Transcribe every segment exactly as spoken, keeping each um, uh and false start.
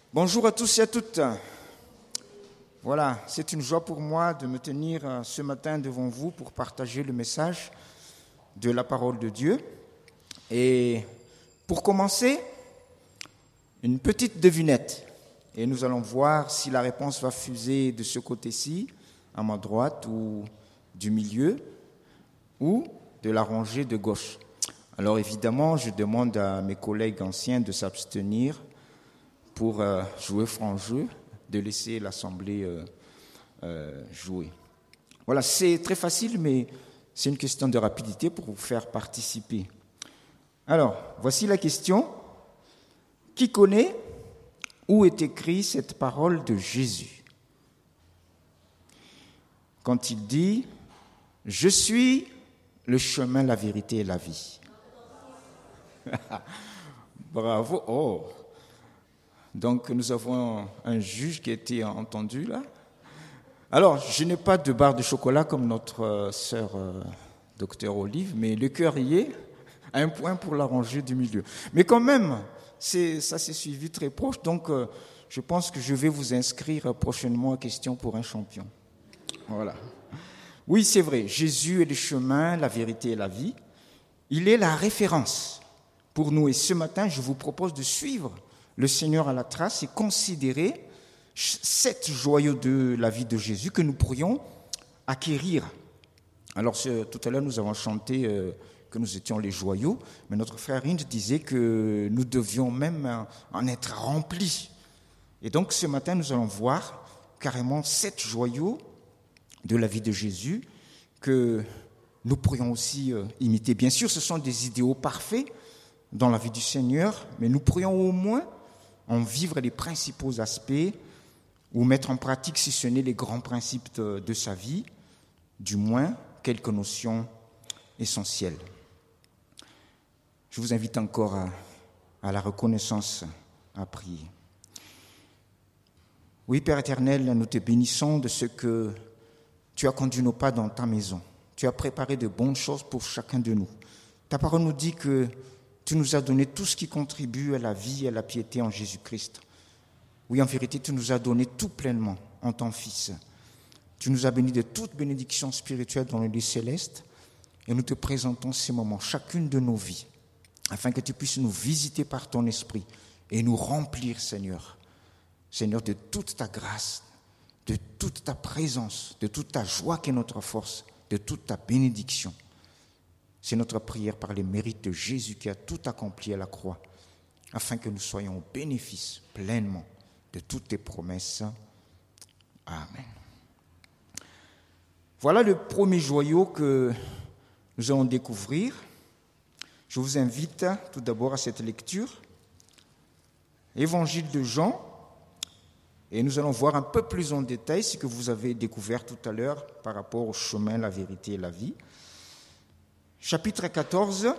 Bonjour à tous et à toutes. Voilà, c'est une joie pour moi de me tenir ce matin devant vous pour partager le message de la parole de Dieu. Et pour commencer, une petite devinette. Et nous allons voir si la réponse va fuser de ce côté-ci, à ma droite, ou du milieu, ou de la rangée de gauche. Alors évidemment, je demande à mes collègues anciens de s'abstenir pour euh, jouer franc jeu, de laisser l'Assemblée euh, euh, jouer. Voilà, c'est très facile, mais c'est une question de rapidité pour vous faire participer. Alors, voici la question. Qui connaît où est écrite cette parole de Jésus? Quand il dit « Je suis le chemin, la vérité et la vie ». Bravo. Oh. Donc, nous avons un juge qui a été entendu là. Alors, je n'ai pas de barre de chocolat comme notre euh, sœur euh, docteur Olive, mais le cœur y est. Un point pour la rangée du milieu. Mais quand même, c'est, ça s'est suivi très proche. Donc, euh, je pense que je vais vous inscrire prochainement à question pour un champion. Voilà. Oui, c'est vrai. Jésus est le chemin, la vérité et la vie. Il est la référence pour nous. Et ce matin, je vous propose de suivre le Seigneur à la trace et considérer sept joyaux de la vie de Jésus que nous pourrions acquérir. Alors, tout à l'heure, nous avons chanté euh, que nous étions les joyaux, mais notre frère Hind disait que nous devions même en être remplis. Et donc, ce matin, nous allons voir carrément sept joyaux de la vie de Jésus que nous pourrions aussi euh, imiter. Bien sûr, ce sont des idéaux parfaits dans la vie du Seigneur, mais nous pourrions au moins en vivre les principaux aspects ou mettre en pratique, si ce n'est les grands principes de, de sa vie, du moins quelques notions essentielles. Je vous invite encore à, à la reconnaissance, à prier. Oui, Père éternel, nous te bénissons de ce que tu as conduit nos pas dans ta maison. Tu as préparé de bonnes choses pour chacun de nous. Ta parole nous dit que tu nous as donné tout ce qui contribue à la vie et à la piété en Jésus-Christ. Oui, en vérité, tu nous as donné tout pleinement en ton Fils. Tu nous as bénis de toute bénédiction spirituelle dans le lieu céleste et nous te présentons ces moments, chacune de nos vies, afin que tu puisses nous visiter par ton esprit et nous remplir, Seigneur. Seigneur, de toute ta grâce, de toute ta présence, de toute ta joie qui est notre force, de toute ta bénédiction. C'est notre prière par les mérites de Jésus qui a tout accompli à la croix, afin que nous soyons au bénéfice pleinement de toutes tes promesses. Amen. Voilà le premier joyau que nous allons découvrir. Je vous invite tout d'abord à cette lecture. Évangile de Jean. Et nous allons voir un peu plus en détail ce que vous avez découvert tout à l'heure par rapport au chemin, la vérité et la vie. Chapitre quatorze,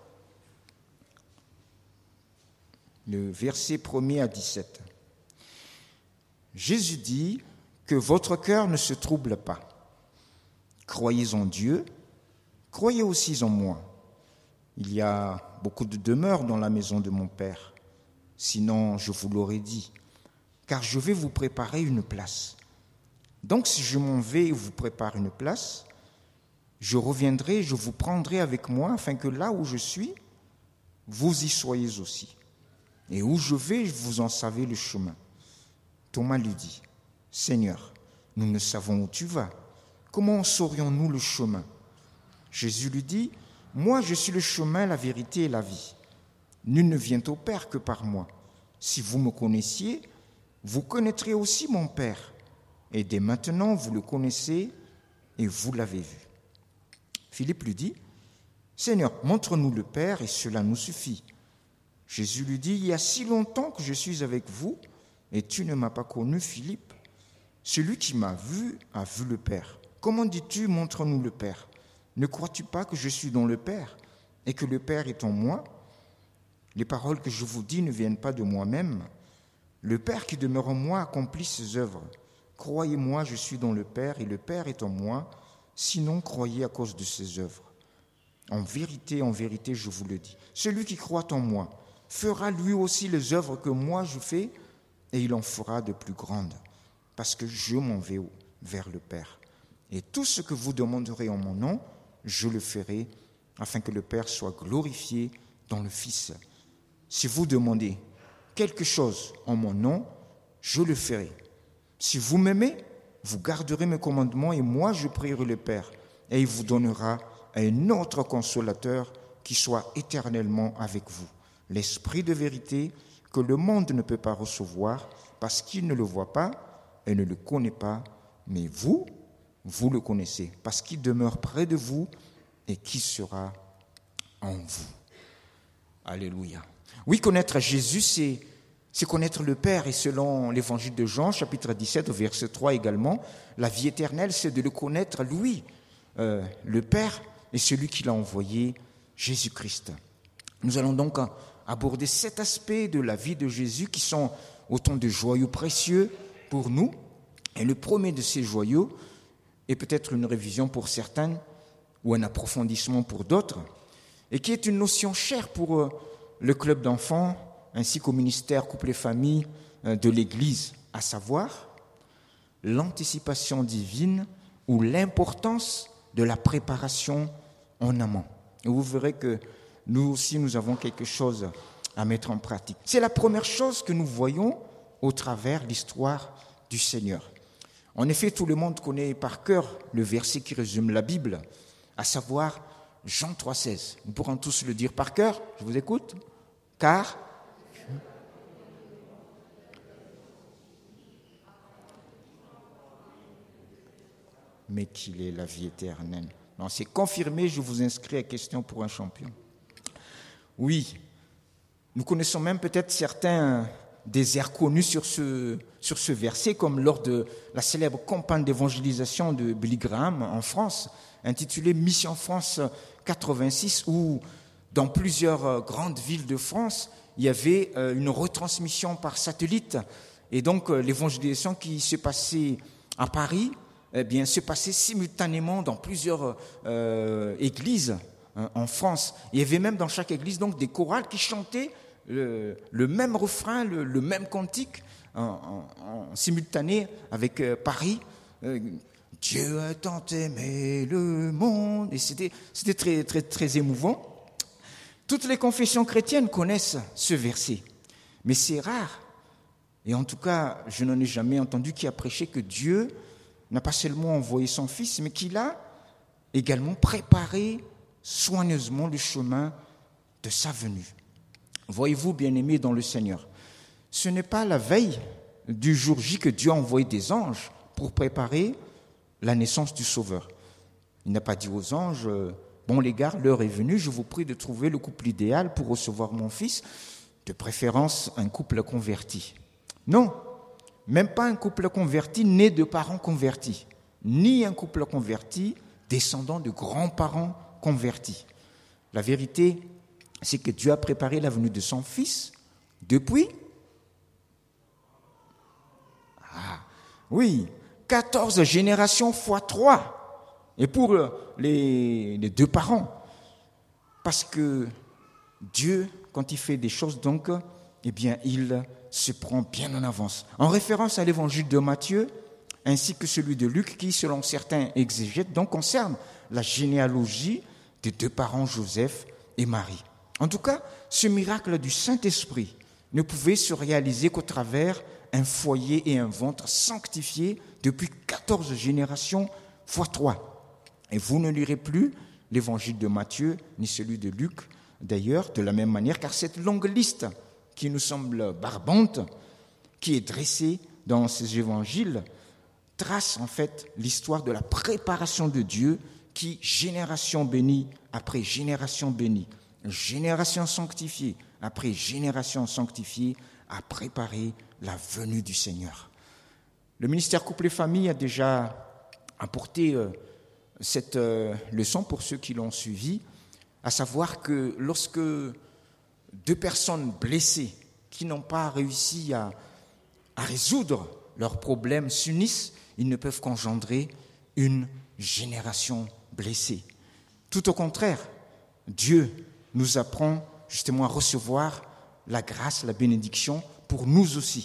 le verset premier à dix-sept. Jésus dit que votre cœur ne se trouble pas. Croyez en Dieu, croyez aussi en moi. Il y a beaucoup de demeures dans la maison de mon Père. Sinon, je vous l'aurais dit, car je vais vous préparer une place. Donc, si je m'en vais et vous prépare une place, je reviendrai et je vous prendrai avec moi, afin que là où je suis, vous y soyez aussi. Et où je vais, vous en savez le chemin. Thomas lui dit, « Seigneur, nous ne savons où tu vas. Comment saurions-nous le chemin ?» Jésus lui dit, « Moi, je suis le chemin, la vérité et la vie. Nul ne vient au Père que par moi. Si vous me connaissiez, vous connaîtrez aussi mon Père. Et dès maintenant, vous le connaissez et vous l'avez vu. » Philippe lui dit, « Seigneur, montre-nous le Père et cela nous suffit. » Jésus lui dit, « Il y a si longtemps que je suis avec vous et tu ne m'as pas connu, Philippe. Celui qui m'a vu a vu le Père. Comment dis-tu, montre-nous le Père? Ne crois-tu pas que je suis dans le Père et que le Père est en moi? Les paroles que je vous dis ne viennent pas de moi-même. Le Père qui demeure en moi accomplit ses œuvres. Croyez-moi, je suis dans le Père et le Père est en moi. Sinon, croyez à cause de ses œuvres. En vérité, en vérité, je vous le dis, celui qui croit en moi fera lui aussi les œuvres que moi je fais, et il en fera de plus grandes, parce que je m'en vais vers le Père. Et tout ce que vous demanderez en mon nom, je le ferai, afin que le Père soit glorifié dans le Fils. Si vous demandez quelque chose en mon nom, je le ferai. Si vous m'aimez, vous garderez mes commandements, et moi je prierai le Père, et il vous donnera un autre consolateur qui soit éternellement avec vous, l'Esprit de vérité que le monde ne peut pas recevoir parce qu'il ne le voit pas et ne le connaît pas, mais vous, vous le connaissez parce qu'il demeure près de vous et qui sera en vous. Alléluia. Oui, connaître Jésus, c'est, c'est connaître le Père. Et selon l'évangile de Jean, chapitre dix-sept, verset trois également, la vie éternelle, c'est de le connaître, lui, euh, le Père, et celui qui l'a envoyé, Jésus-Christ. Nous allons donc aborder cet aspect de la vie de Jésus qui sont autant de joyaux précieux pour nous. Et le premier de ces joyaux est peut-être une révision pour certains ou un approfondissement pour d'autres, et qui est une notion chère pour le club d'enfants ainsi qu'au ministère couple et famille de l'Église, à savoir l'anticipation divine ou l'importance de la préparation en amont. Et vous verrez que nous aussi, nous avons quelque chose à mettre en pratique. C'est la première chose que nous voyons au travers l'histoire du Seigneur. En effet, tout le monde connaît par cœur le verset qui résume la Bible, à savoir Jean trois seize. Nous pourrons tous le dire par cœur. Je vous écoute. Car mais qu'il est la vie éternelle. Non, c'est confirmé, je vous inscris à question pour un champion. Oui, nous connaissons même peut-être certains des airs connus sur ce, sur ce verset, comme lors de la célèbre campagne d'évangélisation de Billy Graham en France, intitulée Mission France quatre-vingt-six, où dans plusieurs grandes villes de France, il y avait une retransmission par satellite. Et donc l'évangélisation qui se passait à Paris, eh bien, se passait simultanément dans plusieurs euh, églises hein, en France. Il y avait même dans chaque église donc des chorales qui chantaient le, le même refrain, le, le même cantique en, en, en simultané avec euh, Paris. Euh, Dieu a tant aimé le monde. Et c'était, c'était très, très, très émouvant. Toutes les confessions chrétiennes connaissent ce verset. Mais c'est rare. Et en tout cas, je n'en ai jamais entendu qui a prêché que Dieu n'a pas seulement envoyé son Fils, mais qu'il a également préparé soigneusement le chemin de sa venue. Voyez-vous, bien-aimés dans le Seigneur, ce n'est pas la veille du jour J que Dieu a envoyé des anges pour préparer la naissance du Sauveur. Il n'a pas dit aux anges, bon les gars, l'heure est venue, je vous prie de trouver le couple idéal pour recevoir mon Fils, de préférence un couple converti. Non, même pas un couple converti né de parents convertis, ni un couple converti descendant de grands-parents convertis. La vérité, c'est que Dieu a préparé la venue de son Fils depuis, ah, oui, quatorze générations fois trois. Et pour les, les deux parents, parce que Dieu, quand il fait des choses, donc, eh bien, il se prend bien en avance. En référence à l'évangile de Matthieu, ainsi que celui de Luc, qui, selon certains exégètes, donc concerne la généalogie des deux parents Joseph et Marie. En tout cas, ce miracle du Saint-Esprit ne pouvait se réaliser qu'au travers un foyer et un ventre sanctifiés depuis quatorze générations fois trois. Et vous ne lirez plus l'évangile de Matthieu, ni celui de Luc, d'ailleurs, de la même manière, car cette longue liste qui nous semble barbante, qui est dressée dans ces évangiles, trace en fait l'histoire de la préparation de Dieu qui, génération bénie après génération bénie, génération sanctifiée après génération sanctifiée, a préparé la venue du Seigneur. Le ministère Couple et Famille a déjà apporté euh, cette euh, leçon pour ceux qui l'ont suivi, à savoir que lorsque deux personnes blessées qui n'ont pas réussi à, à résoudre leurs problèmes s'unissent, ils ne peuvent qu'engendrer une génération blessée. Tout au contraire, Dieu nous apprend justement à recevoir la grâce, la bénédiction pour nous aussi.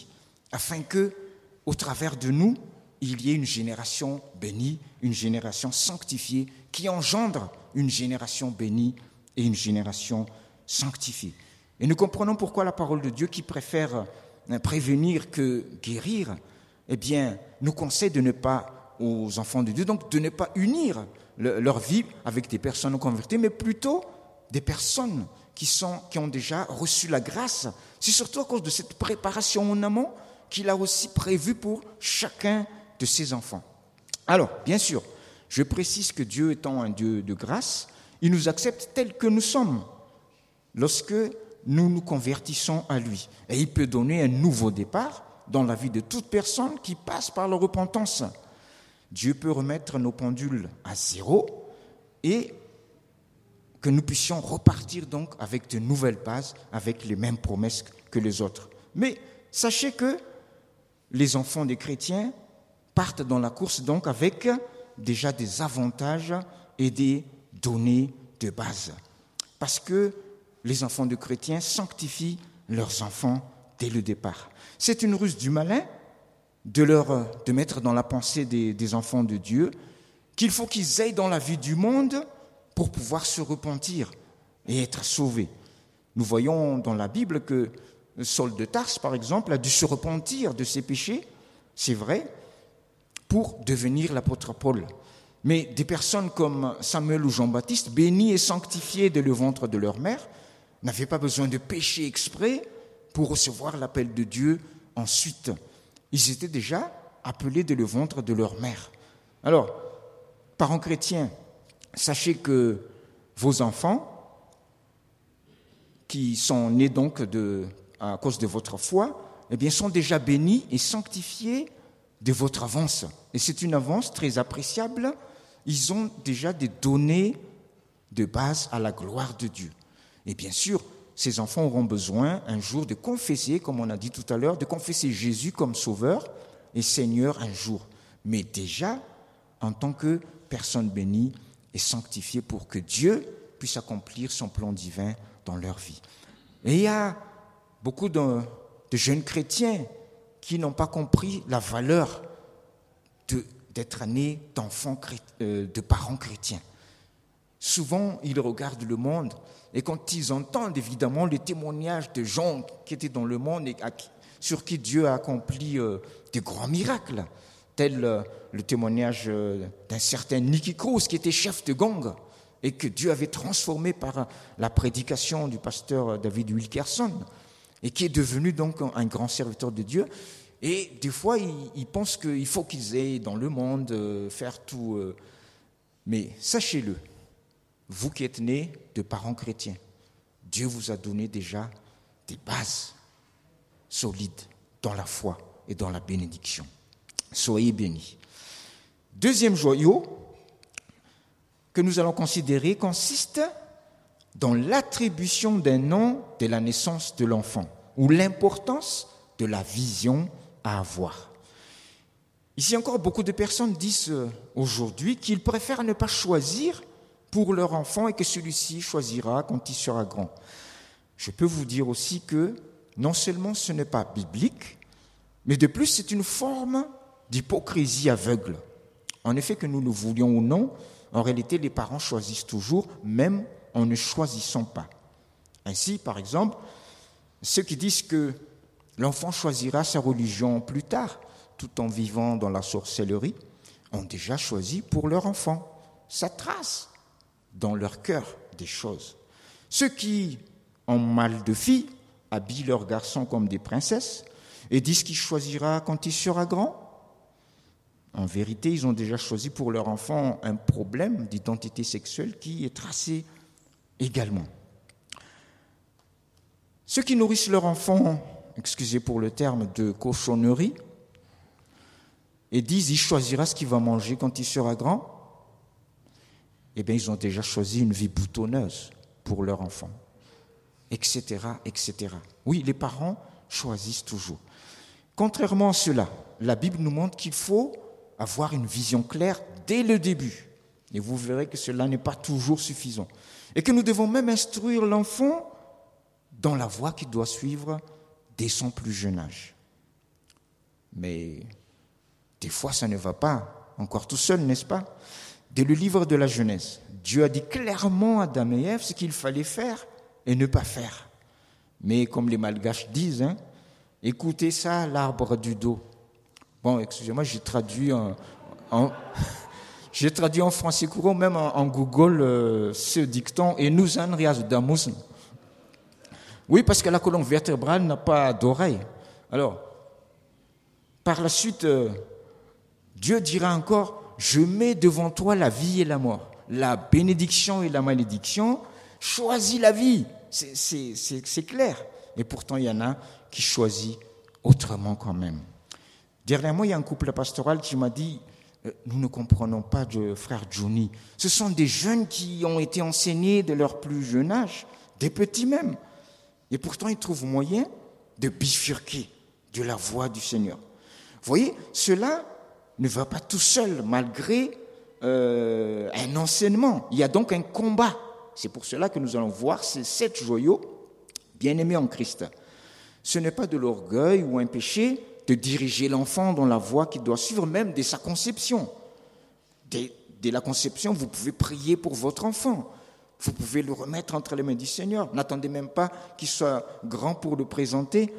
afin que, au travers de nous, il y ait une génération bénie, une génération sanctifiée, qui engendre une génération bénie et une génération sanctifiée. Et nous comprenons pourquoi la parole de Dieu, qui préfère prévenir que guérir, eh bien, nous conseille de ne pas, aux enfants de Dieu, donc de ne pas unir le, leur vie avec des personnes non converties, mais plutôt des personnes qui, sont, qui ont déjà reçu la grâce. C'est surtout à cause de cette préparation en amont qu'il a aussi prévu pour chacun de ses enfants. Alors, bien sûr, je précise que Dieu étant un Dieu de grâce, il nous accepte tels que nous sommes lorsque nous nous convertissons à lui. Et il peut donner un nouveau départ dans la vie de toute personne qui passe par la repentance. Dieu peut remettre nos pendules à zéro et que nous puissions repartir donc avec de nouvelles bases, avec les mêmes promesses que les autres. Mais sachez que les enfants des chrétiens partent dans la course donc avec déjà des avantages et des données de base. Parce que les enfants de chrétiens sanctifient leurs enfants dès le départ. C'est une ruse du malin de, leur, de mettre dans la pensée des, des enfants de Dieu qu'il faut qu'ils aillent dans la vie du monde pour pouvoir se repentir et être sauvés. Nous voyons dans la Bible que Saul de Tarse, par exemple, a dû se repentir de ses péchés, c'est vrai, pour devenir l'apôtre Paul. Mais des personnes comme Samuel ou Jean-Baptiste, bénis et sanctifiés dès le ventre de leur mère, n'avaient pas besoin de pécher exprès pour recevoir l'appel de Dieu ensuite. Ils étaient déjà appelés dès le ventre de leur mère. Alors, parents chrétiens, sachez que vos enfants, qui sont nés donc de, à cause de votre foi, eh bien, sont déjà bénis et sanctifiés de votre avance. Et c'est une avance très appréciable. Ils ont déjà des données de base à la gloire de Dieu. Et bien sûr, ces enfants auront besoin un jour de confesser, comme on a dit tout à l'heure, de confesser Jésus comme Sauveur et Seigneur un jour. Mais déjà, en tant que personne bénie et sanctifiée pour que Dieu puisse accomplir son plan divin dans leur vie. Et il y a beaucoup de, de jeunes chrétiens qui n'ont pas compris la valeur de, d'être nés d'enfants, euh, de parents chrétiens. Souvent, ils regardent le monde et quand ils entendent évidemment les témoignages de gens qui étaient dans le monde et à, sur qui Dieu a accompli euh, de grands miracles, tel euh, le témoignage euh, d'un certain Nicky Cruz qui était chef de gang et que Dieu avait transformé par la prédication du pasteur David Wilkerson et qui est devenu donc un grand serviteur de Dieu. Et des fois, ils, ils pensent qu'il faut qu'ils aillent dans le monde euh, faire tout. Euh, mais sachez-le, vous qui êtes nés de parents chrétiens, Dieu vous a donné déjà des bases solides dans la foi et dans la bénédiction. Soyez bénis. Deuxième joyau que nous allons considérer consiste dans l'attribution d'un nom dès la naissance de l'enfant ou l'importance de la vision à avoir. Ici encore, beaucoup de personnes disent aujourd'hui qu'ils préfèrent ne pas choisir pour leur enfant et que celui-ci choisira quand il sera grand. Je peux vous dire aussi que non seulement ce n'est pas biblique, mais de plus c'est une forme d'hypocrisie aveugle. En effet, que nous le voulions ou non, en réalité les parents choisissent toujours, même en ne choisissant pas. Ainsi, par exemple, ceux qui disent que l'enfant choisira sa religion plus tard, tout en vivant dans la sorcellerie, ont déjà choisi pour leur enfant. Ça trace dans leur cœur des choses. Ceux qui ont mal de filles habillent leurs garçons comme des princesses et disent qu'il choisira quand il sera grand. En vérité, ils ont déjà choisi pour leur enfant un problème d'identité sexuelle qui est tracé également. Ceux qui nourrissent leur enfant, excusez pour le terme, de cochonnerie, et disent il choisira ce qu'il va manger quand il sera grand, eh bien, ils ont déjà choisi une vie boutonneuse pour leur enfant, et cetera, et cetera. Oui, les parents choisissent toujours. Contrairement à cela, la Bible nous montre qu'il faut avoir une vision claire dès le début. Et vous verrez que cela n'est pas toujours suffisant. Et que nous devons même instruire l'enfant dans la voie qu'il doit suivre dès son plus jeune âge. Mais des fois, ça ne va pas, encore tout seul, n'est-ce pas? Dès le livre de la Genèse, Dieu a dit clairement à Adam et Ève ce qu'il fallait faire et ne pas faire. Mais comme les Malgaches disent, hein, écoutez ça, l'arbre du dos. Bon, excusez-moi, j'ai traduit en, en j'ai traduit en français courant, même en, en Google, euh, ce dicton, et nous en rias damus. Oui, parce que la colonne vertébrale n'a pas d'oreille. Alors, par la suite, euh, Dieu dira encore, je mets devant toi la vie et la mort, la bénédiction et la malédiction, choisis la vie. C'est, c'est, c'est, c'est clair. Et pourtant, il y en a qui choisissent autrement quand même. Dernièrement, il y a un couple pastoral qui m'a dit, euh, nous ne comprenons pas de frère Johnny. Ce sont des jeunes qui ont été enseignés de leur plus jeune âge, des petits même. Et pourtant, ils trouvent moyen de bifurquer de la voie du Seigneur. Vous voyez, cela ne va pas tout seul, malgré euh, un enseignement. Il y a donc un combat. C'est pour cela que nous allons voir ces sept joyaux bien-aimés en Christ. Ce n'est pas de l'orgueil ou un péché de diriger l'enfant dans la voie qu'il doit suivre, même dès sa conception. Dès, dès la conception, vous pouvez prier pour votre enfant. Vous pouvez le remettre entre les mains du Seigneur. N'attendez même pas qu'il soit grand pour le présenter.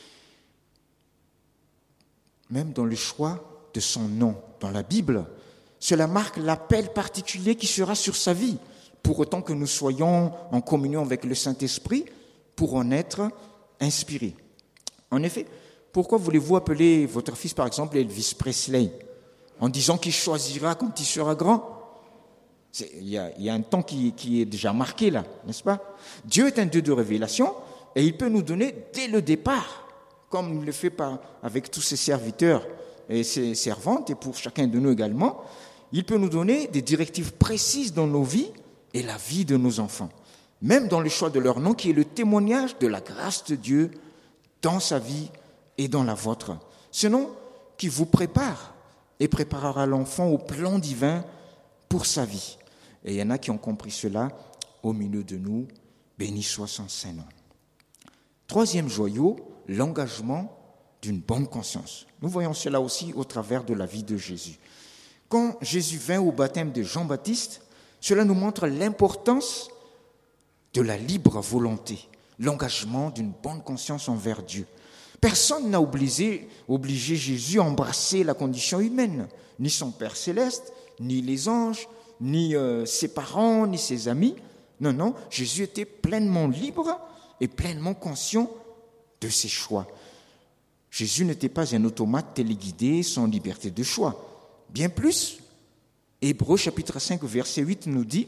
Même dans le choix de son nom dans la Bible, cela marque l'appel particulier qui sera sur sa vie. Pour autant que nous soyons en communion avec le Saint-Esprit, pour en être inspirés. En effet, pourquoi voulez-vous appeler votre fils, par exemple, Elvis Presley, en disant qu'il choisira quand il sera grand? C'est, il, y a, il y a un temps qui, qui est déjà marqué là, n'est-ce pas? Dieu est un Dieu de révélation et il peut nous donner dès le départ, comme il le fait par, avec tous ses serviteurs et ses servantes, et pour chacun de nous également, il peut nous donner des directives précises dans nos vies et la vie de nos enfants, même dans le choix de leur nom, qui est le témoignage de la grâce de Dieu dans sa vie et dans la vôtre. Ce nom qui vous prépare et préparera l'enfant au plan divin pour sa vie. Et il y en a qui ont compris cela au milieu de nous. Béni soit son Saint-Nom. Troisième joyau, l'engagement d'une bonne conscience. Nous voyons cela aussi au travers de la vie de Jésus. Quand Jésus vint au baptême de Jean-Baptiste, cela nous montre l'importance de la libre volonté, l'engagement d'une bonne conscience envers Dieu. Personne n'a obligé, obligé Jésus à embrasser la condition humaine, ni son Père céleste, ni les anges, ni euh, ses parents, ni ses amis. Non, non, Jésus était pleinement libre et pleinement conscient de ses choix. Jésus n'était pas un automate téléguidé sans liberté de choix. Bien plus, Hébreux chapitre cinq, verset huit nous dit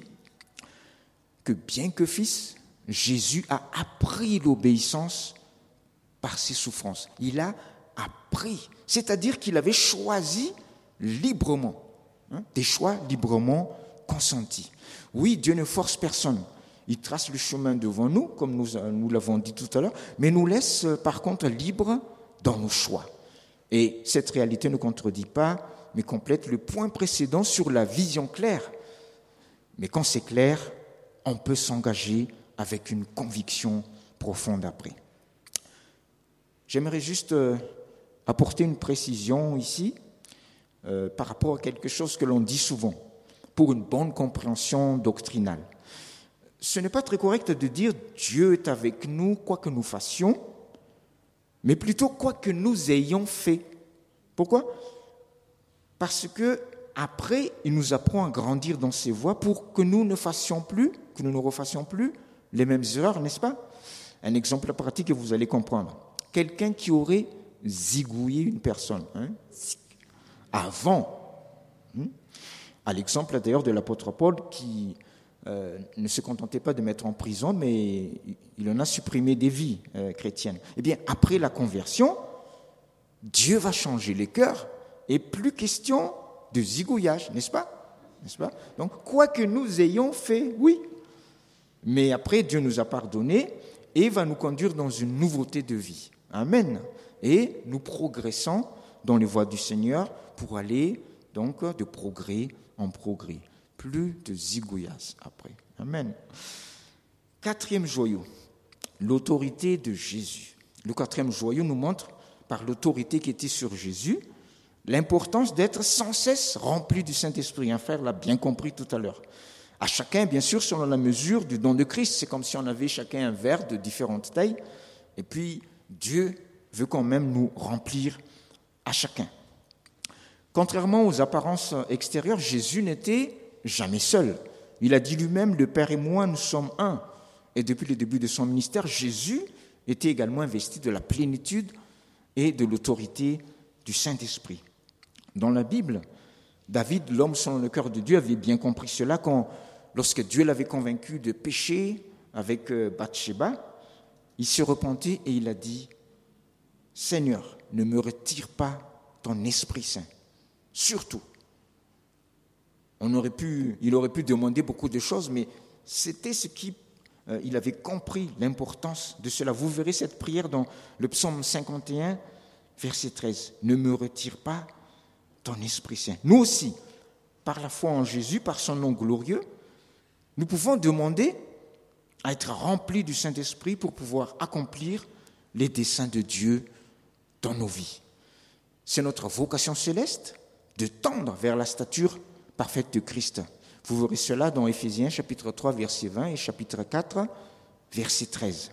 que bien que fils, Jésus a appris l'obéissance par ses souffrances. Il a appris, c'est-à-dire qu'il avait choisi librement, hein, des choix librement consentis. Oui, Dieu ne force personne. Il trace le chemin devant nous, comme nous, nous l'avons dit tout à l'heure, mais nous laisse par contre libres dans nos choix. Et cette réalité ne contredit pas, mais complète le point précédent sur la vision claire. Mais quand c'est clair, on peut s'engager avec une conviction profonde après. J'aimerais juste euh, apporter une précision ici euh, par rapport à quelque chose que l'on dit souvent pour une bonne compréhension doctrinale. Ce n'est pas très correct de dire Dieu est avec nous quoi que nous fassions, mais plutôt quoi que nous ayons fait. Pourquoi? Parce que après, il nous apprend à grandir dans ses voies pour que nous ne fassions plus, que nous ne refassions plus les mêmes erreurs, n'est-ce pas? Un exemple pratique que vous allez comprendre. Quelqu'un qui aurait zigouillé une personne, hein, avant, hein, à l'exemple d'ailleurs de l'apôtre Paul qui euh, ne se contentait pas de mettre en prison, mais il en a supprimé des vies euh, chrétiennes. Eh bien, après la conversion, Dieu va changer les cœurs et plus question de zigouillage, n'est-ce pas? N'est-ce pas? Donc, quoi que nous ayons fait, oui. Mais après, Dieu nous a pardonné et va nous conduire dans une nouveauté de vie. Amen. Et nous progressons dans les voies du Seigneur pour aller donc de progrès en progrès. Plus de zigouillas après. Amen. Quatrième joyau, l'autorité de Jésus. Le quatrième joyau nous montre par l'autorité qui était sur Jésus, l'importance d'être sans cesse rempli du Saint-Esprit. Un frère l'a bien compris tout à l'heure. À chacun, bien sûr, selon la mesure du don de Christ. C'est comme si on avait chacun un verre de différentes tailles. Et puis, Dieu veut quand même nous remplir à chacun. Contrairement aux apparences extérieures, Jésus n'était jamais seul. Il a dit lui-même, le Père et moi, nous sommes un. Et depuis le début de son ministère, Jésus était également investi de la plénitude et de l'autorité du Saint-Esprit. Dans la Bible, David, l'homme selon le cœur de Dieu, avait bien compris cela quand, lorsque Dieu l'avait convaincu de pécher avec Bathsheba, il s'est repenti et il a dit « Seigneur, ne me retire pas ton Esprit Saint. » Surtout, on aurait pu, il aurait pu demander beaucoup de choses, mais c'était ce qui, euh, il avait compris l'importance de cela. Vous verrez cette prière dans le psaume cinquante et un, verset treize. « Ne me retire pas ton Esprit Saint. » Nous aussi, par la foi en Jésus, par son nom glorieux, nous pouvons demander à être remplis du Saint-Esprit pour pouvoir accomplir les desseins de Dieu dans nos vies. C'est notre vocation céleste de tendre vers la stature parfaite de Christ. Vous verrez cela dans Éphésiens chapitre trois, verset vingt et chapitre quatre, verset treize.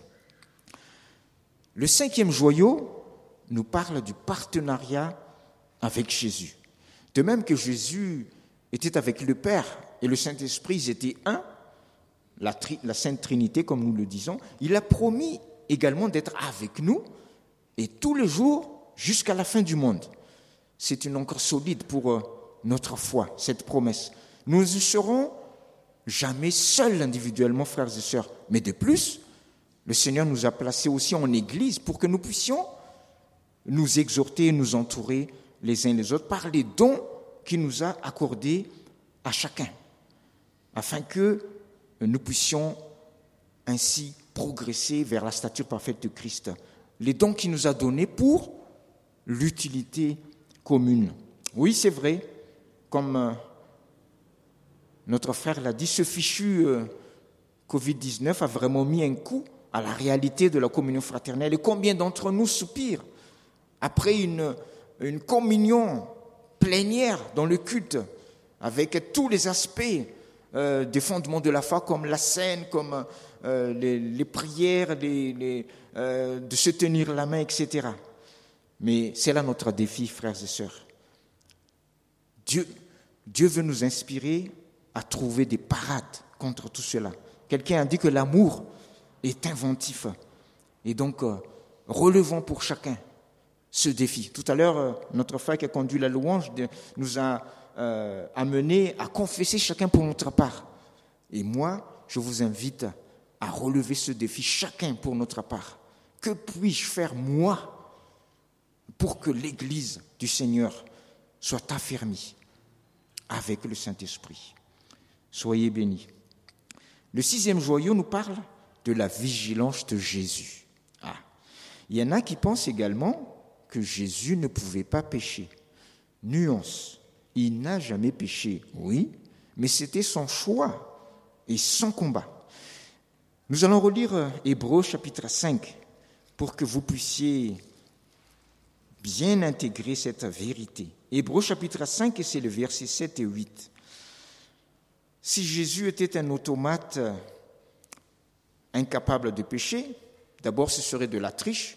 Le cinquième joyau nous parle du partenariat avec Jésus. De même que Jésus était avec le Père et le Saint-Esprit, ils étaient un, la, tri, la Sainte Trinité, comme nous le disons, il a promis également d'être avec nous et tous les jours jusqu'à la fin du monde. C'est une encre solide pour notre foi, cette promesse. Nous ne serons jamais seuls individuellement, frères et sœurs, mais de plus, le Seigneur nous a placés aussi en Église pour que nous puissions nous exhorter et nous entourer les uns les autres par les dons qu'il nous a accordés à chacun, afin que nous puissions ainsi progresser vers la stature parfaite de Christ. Les dons qu'il nous a donnés pour l'utilité commune. Oui, c'est vrai, comme notre frère l'a dit, ce fichu covid dix-neuf a vraiment mis un coup à la réalité de la communion fraternelle. Et combien d'entre nous soupirent après une, une communion plénière dans le culte, avec tous les aspects euh, des fondements de la foi, comme la scène, comme euh, les, les prières, les, les, euh, de se tenir la main, et cetera. Mais c'est là notre défi, frères et sœurs. Dieu, Dieu veut nous inspirer à trouver des parades contre tout cela. Quelqu'un a dit que l'amour est inventif. Et donc, euh, relevons pour chacun ce défi. Tout à l'heure, euh, notre frère qui a conduit la louange de, nous a euh, amené à confesser chacun pour notre part. Et moi, je vous invite à relever ce défi, chacun pour notre part. Que puis-je faire, moi, pour que l'Église du Seigneur soit affermie avec le Saint-Esprit? Soyez bénis. Le sixième joyau nous parle de la vigilance de Jésus. Ah. Il y en a qui pensent également que Jésus ne pouvait pas pécher. Nuance, il n'a jamais péché, oui, mais c'était son choix et son combat. Nous allons relire Hébreux chapitre cinq pour que vous puissiez bien intégrer cette vérité. Hébreux chapitre cinq, et c'est le verset sept et huit. Si Jésus était un automate incapable de pécher, d'abord ce serait de la triche,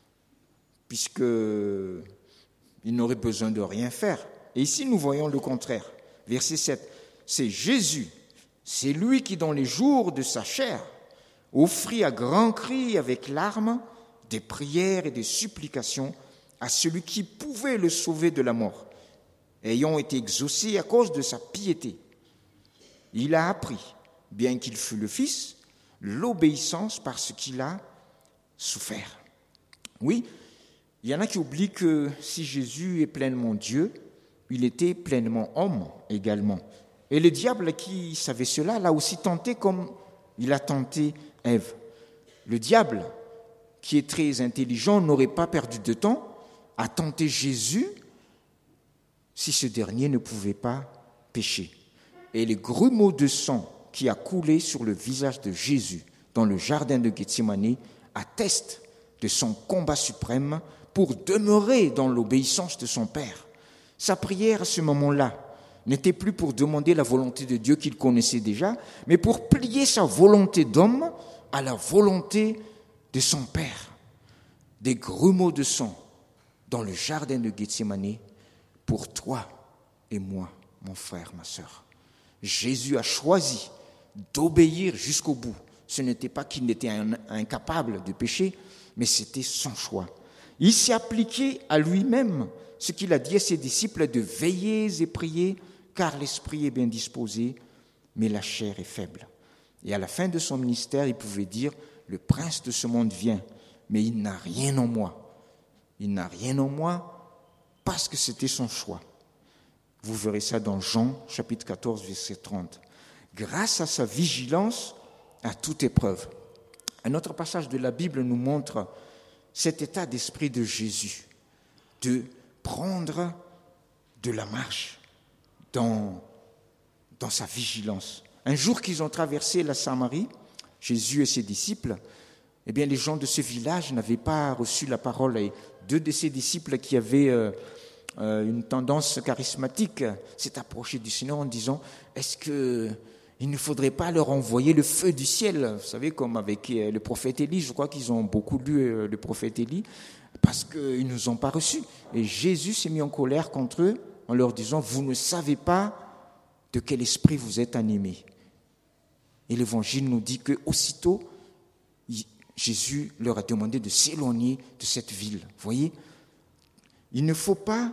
puisqu'il n'aurait besoin de rien faire. Et ici, nous voyons le contraire. Verset sept, c'est Jésus, c'est lui qui, dans les jours de sa chair, offrit à grands cris avec larmes des prières et des supplications à celui qui pouvait le sauver de la mort, ayant été exaucé à cause de sa piété. Il a appris, bien qu'il fût le Fils, l'obéissance parce qu'il a souffert. Oui, il y en a qui oublient que si Jésus est pleinement Dieu, il était pleinement homme également. Et le diable qui savait cela l'a aussi tenté comme il a tenté Ève. Le diable, qui est très intelligent, n'aurait pas perdu de temps à tenter Jésus si ce dernier ne pouvait pas pécher. Et les grumeaux de sang qui a coulé sur le visage de Jésus dans le jardin de Gethsémani attestent de son combat suprême pour demeurer dans l'obéissance de son Père. Sa prière à ce moment-là n'était plus pour demander la volonté de Dieu qu'il connaissait déjà, mais pour plier sa volonté d'homme à la volonté de son Père. Des grumeaux de sang dans le jardin de Gethsémani pour toi et moi, mon frère, ma sœur. Jésus a choisi d'obéir jusqu'au bout. Ce n'était pas qu'il était incapable de pécher, mais c'était son choix. Il s'est appliqué à lui-même ce qu'il a dit à ses disciples de veiller et prier, car l'esprit est bien disposé, mais la chair est faible. Et à la fin de son ministère, il pouvait dire, le prince de ce monde vient, mais il n'a rien en moi. Il n'a rien en moi parce que c'était son choix. Vous verrez ça dans Jean, chapitre quatorze, verset trente. Grâce à sa vigilance à toute épreuve. Un autre passage de la Bible nous montre cet état d'esprit de Jésus, de prendre de la marche dans, dans sa vigilance. Un jour qu'ils ont traversé la Samarie, Jésus et ses disciples, eh bien, les gens de ce village n'avaient pas reçu la parole. Et deux de ses disciples qui avaient euh, euh, une tendance charismatique s'est approché du Seigneur en disant « Est-ce qu'il ne faudrait pas leur envoyer le feu du ciel ?» Vous savez, comme avec le prophète Élie, je crois qu'ils ont beaucoup lu le prophète Élie, parce qu'ils ne nous ont pas reçus. Et Jésus s'est mis en colère contre eux en leur disant « Vous ne savez pas de quel esprit vous êtes animés. » Et l'Évangile nous dit qu'aussitôt, Jésus leur a demandé de s'éloigner de cette ville. Vous voyez, il ne faut pas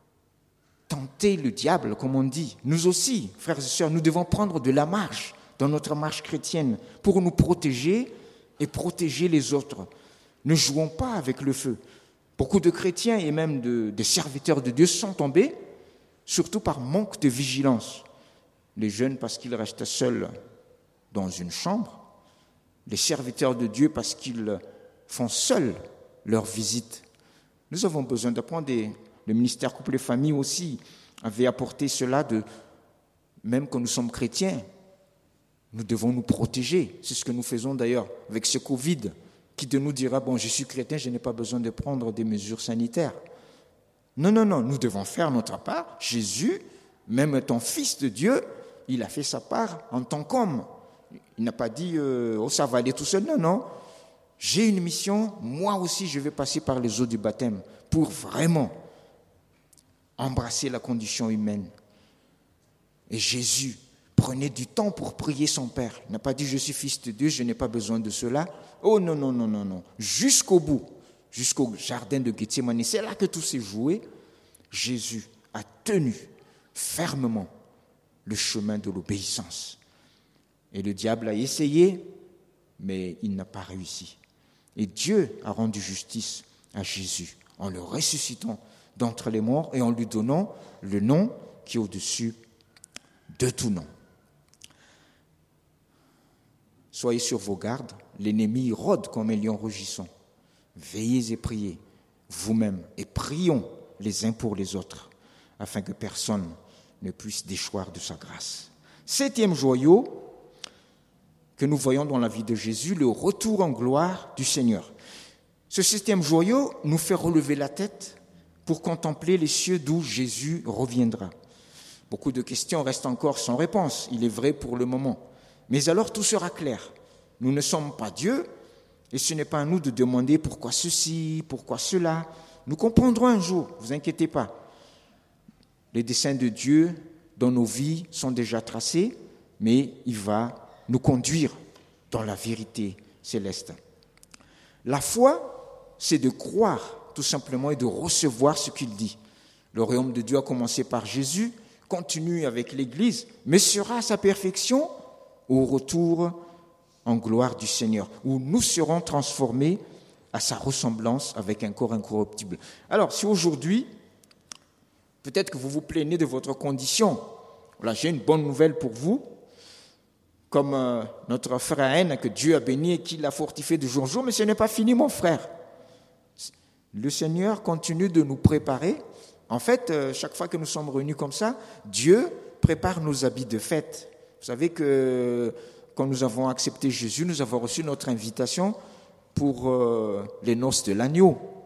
tenter le diable, comme on dit. Nous aussi, frères et sœurs, nous devons prendre de la marche dans notre marche chrétienne pour nous protéger et protéger les autres. Ne jouons pas avec le feu. Beaucoup de chrétiens et même de, de serviteurs de Dieu sont tombés, surtout par manque de vigilance. Les jeunes parce qu'ils restent seuls dans une chambre, les serviteurs de Dieu parce qu'ils font seuls leur visite. Nous avons besoin d'apprendre, des, le ministère couple et famille aussi avait apporté cela, de, même quand nous sommes chrétiens, nous devons nous protéger. C'est ce que nous faisons d'ailleurs avec ce Covid. Qui de nous dira, bon, je suis chrétien, je n'ai pas besoin de prendre des mesures sanitaires. Non, non, non, nous devons faire notre part. Jésus, même étant fils de Dieu, il a fait sa part en tant qu'homme. Il n'a pas dit, euh, oh, ça va aller tout seul. Non, non. J'ai une mission, moi aussi je vais passer par les eaux du baptême pour vraiment embrasser la condition humaine. Et Jésus prenait du temps pour prier son Père. Il n'a pas dit, je suis fils de Dieu, je n'ai pas besoin de cela. Oh non, non, non, non, non. Jusqu'au bout, jusqu'au jardin de Gethsémani, c'est là que tout s'est joué. Jésus a tenu fermement le chemin de l'obéissance. Et le diable a essayé, mais il n'a pas réussi. Et Dieu a rendu justice à Jésus en le ressuscitant d'entre les morts et en lui donnant le nom qui est au-dessus de tout nom. Soyez sur vos gardes, l'ennemi rôde comme un lion rugissant. Veillez et priez vous-même et prions les uns pour les autres, afin que personne ne puisse déchoir de sa grâce. Septième joyau que nous voyons dans la vie de Jésus, le retour en gloire du Seigneur. Ce septième joyau nous fait relever la tête pour contempler les cieux d'où Jésus reviendra. Beaucoup de questions restent encore sans réponse, il est vrai pour le moment. Mais alors tout sera clair. Nous ne sommes pas Dieu et ce n'est pas à nous de demander pourquoi ceci, pourquoi cela. Nous comprendrons un jour, ne vous inquiétez pas. Les desseins de Dieu dans nos vies sont déjà tracés, mais il va nous conduire dans la vérité céleste. La foi, c'est de croire tout simplement et de recevoir ce qu'il dit. Le royaume de Dieu a commencé par Jésus, continue avec l'Église, mais sera à sa perfection au retour en gloire du Seigneur, où nous serons transformés à sa ressemblance avec un corps incorruptible. Alors, si aujourd'hui, peut-être que vous vous plaignez de votre condition, voilà, j'ai une bonne nouvelle pour vous, comme euh, notre frère Haine, que Dieu a béni et qui l'a fortifié de jour en jour, mais ce n'est pas fini, mon frère. Le Seigneur continue de nous préparer. En fait, euh, chaque fois que nous sommes réunis comme ça, Dieu prépare nos habits de fête. Vous savez que quand nous avons accepté Jésus, nous avons reçu notre invitation pour euh, les noces de l'agneau.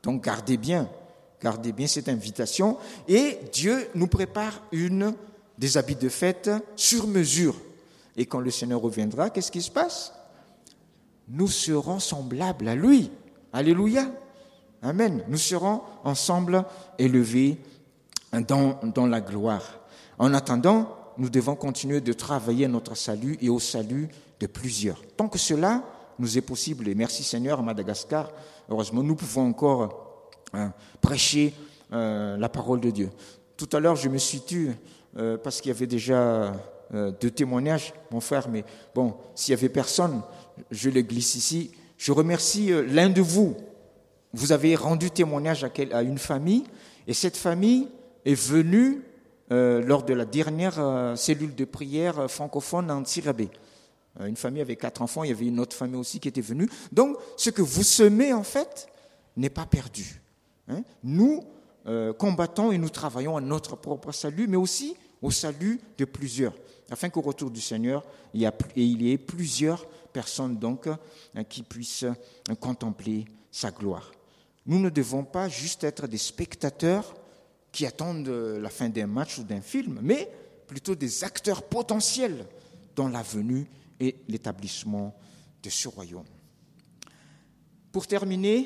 Donc gardez bien, gardez bien cette invitation. Et Dieu nous prépare une, des habits de fête sur mesure. Et quand le Seigneur reviendra, qu'est-ce qui se passe? Nous serons semblables à lui. Alléluia. Amen. Nous serons ensemble élevés dans, dans la gloire. En attendant, nous devons continuer de travailler à notre salut et au salut de plusieurs. Tant que cela nous est possible, et merci Seigneur, à Madagascar, heureusement, nous pouvons encore hein, prêcher euh, la parole de Dieu. Tout à l'heure, je me suis tu euh, parce qu'il y avait déjà euh, deux témoignages, mon frère, mais bon, s'il n'y avait personne, je le glisse ici. Je remercie euh, l'un de vous. Vous avez rendu témoignage à, quel, à une famille, et cette famille est venue euh, lors de la dernière euh, cellule de prière euh, francophone en Tirabé. Euh, une famille avec quatre enfants, il y avait une autre famille aussi qui était venue. Donc, ce que vous semez, en fait, n'est pas perdu. Hein? Nous euh, combattons et nous travaillons à notre propre salut, mais aussi au salut de plusieurs, afin qu'au retour du Seigneur, il y, a, et il y ait plusieurs personnes donc, hein, qui puissent hein, contempler sa gloire. Nous ne devons pas juste être des spectateurs qui attendent la fin d'un match ou d'un film, mais plutôt des acteurs potentiels dans la venue et l'établissement de ce royaume. Pour terminer,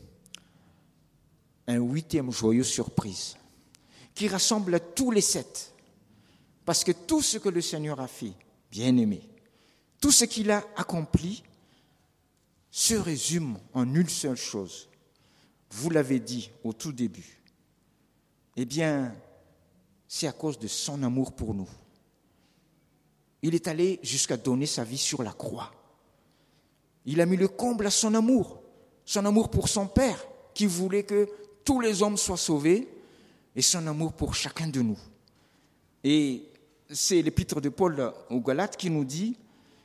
un huitième joyau surprise qui rassemble tous les sept. Parce que tout ce que le Seigneur a fait, bien aimé, tout ce qu'il a accompli se résume en une seule chose. Vous l'avez dit au tout début. Eh bien, c'est à cause de son amour pour nous. Il est allé jusqu'à donner sa vie sur la croix. Il a mis le comble à son amour, son amour pour son Père, qui voulait que tous les hommes soient sauvés, et son amour pour chacun de nous. Et c'est l'épître de Paul aux Galates qui nous dit,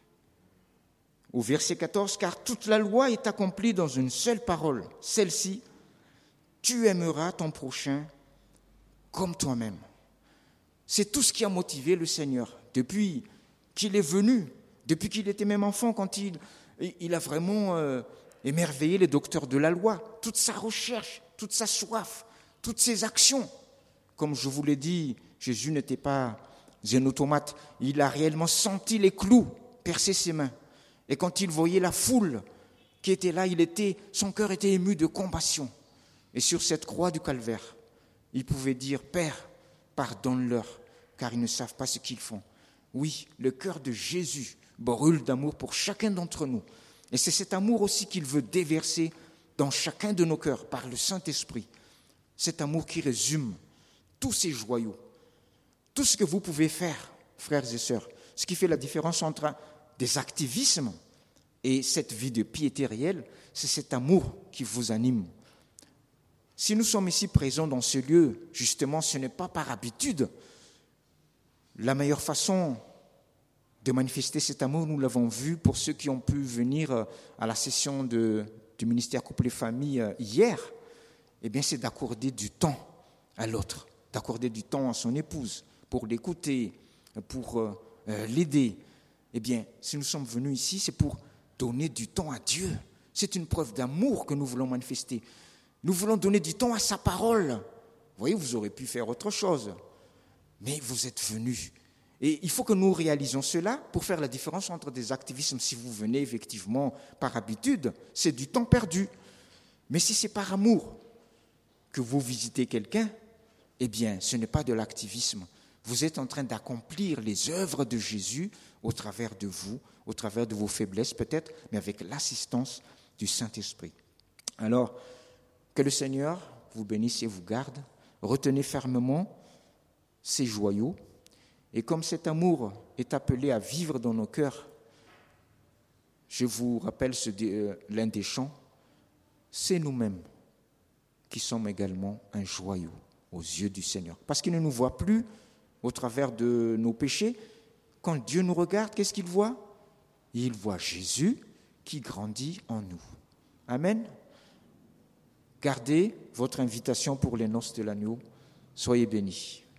au verset quatorze, « Car toute la loi est accomplie dans une seule parole, celle-ci, tu aimeras ton prochain comme toi-même. » C'est tout ce qui a motivé le Seigneur depuis qu'il est venu, depuis qu'il était même enfant, quand il, il a vraiment euh, émerveillé les docteurs de la loi, toute sa recherche, toute sa soif, toutes ses actions. Comme je vous l'ai dit, Jésus n'était pas un automate, il a réellement senti les clous percer ses mains. Et quand il voyait la foule qui était là, il était, son cœur était ému de compassion. Et sur cette croix du calvaire, il pouvait dire, « Père, pardonne-leur, car ils ne savent pas ce qu'ils font. » Oui, le cœur de Jésus brûle d'amour pour chacun d'entre nous. Et c'est cet amour aussi qu'il veut déverser dans chacun de nos cœurs par le Saint-Esprit. Cet amour qui résume tous ces joyaux, tout ce que vous pouvez faire, frères et sœurs. Ce qui fait la différence entre des activismes et cette vie de piété réelle, c'est cet amour qui vous anime. Si nous sommes ici présents dans ce lieu, justement, ce n'est pas par habitude. La meilleure façon de manifester cet amour, nous l'avons vu pour ceux qui ont pu venir à la session de, du ministère Couple et Famille hier, eh bien, c'est d'accorder du temps à l'autre, d'accorder du temps à son épouse pour l'écouter, pour euh, l'aider. Eh bien, si nous sommes venus ici, c'est pour donner du temps à Dieu. C'est une preuve d'amour que nous voulons manifester. Nous voulons donner du temps à sa parole. Vous voyez, vous aurez pu faire autre chose. Mais vous êtes venus. Et il faut que nous réalisions cela pour faire la différence entre des activismes. Si vous venez effectivement par habitude, c'est du temps perdu. Mais si c'est par amour que vous visitez quelqu'un, eh bien, ce n'est pas de l'activisme. Vous êtes en train d'accomplir les œuvres de Jésus au travers de vous, au travers de vos faiblesses peut-être, mais avec l'assistance du Saint-Esprit. Alors, que le Seigneur vous bénisse et vous garde. Retenez fermement ces joyaux. Et comme cet amour est appelé à vivre dans nos cœurs, je vous rappelle ce, euh, l'un des chants, c'est nous-mêmes qui sommes également un joyau aux yeux du Seigneur. Parce qu'il ne nous voit plus au travers de nos péchés. Quand Dieu nous regarde, qu'est-ce qu'il voit? Il voit Jésus qui grandit en nous. Amen. Gardez votre invitation pour les noces de l'agneau. Soyez bénis.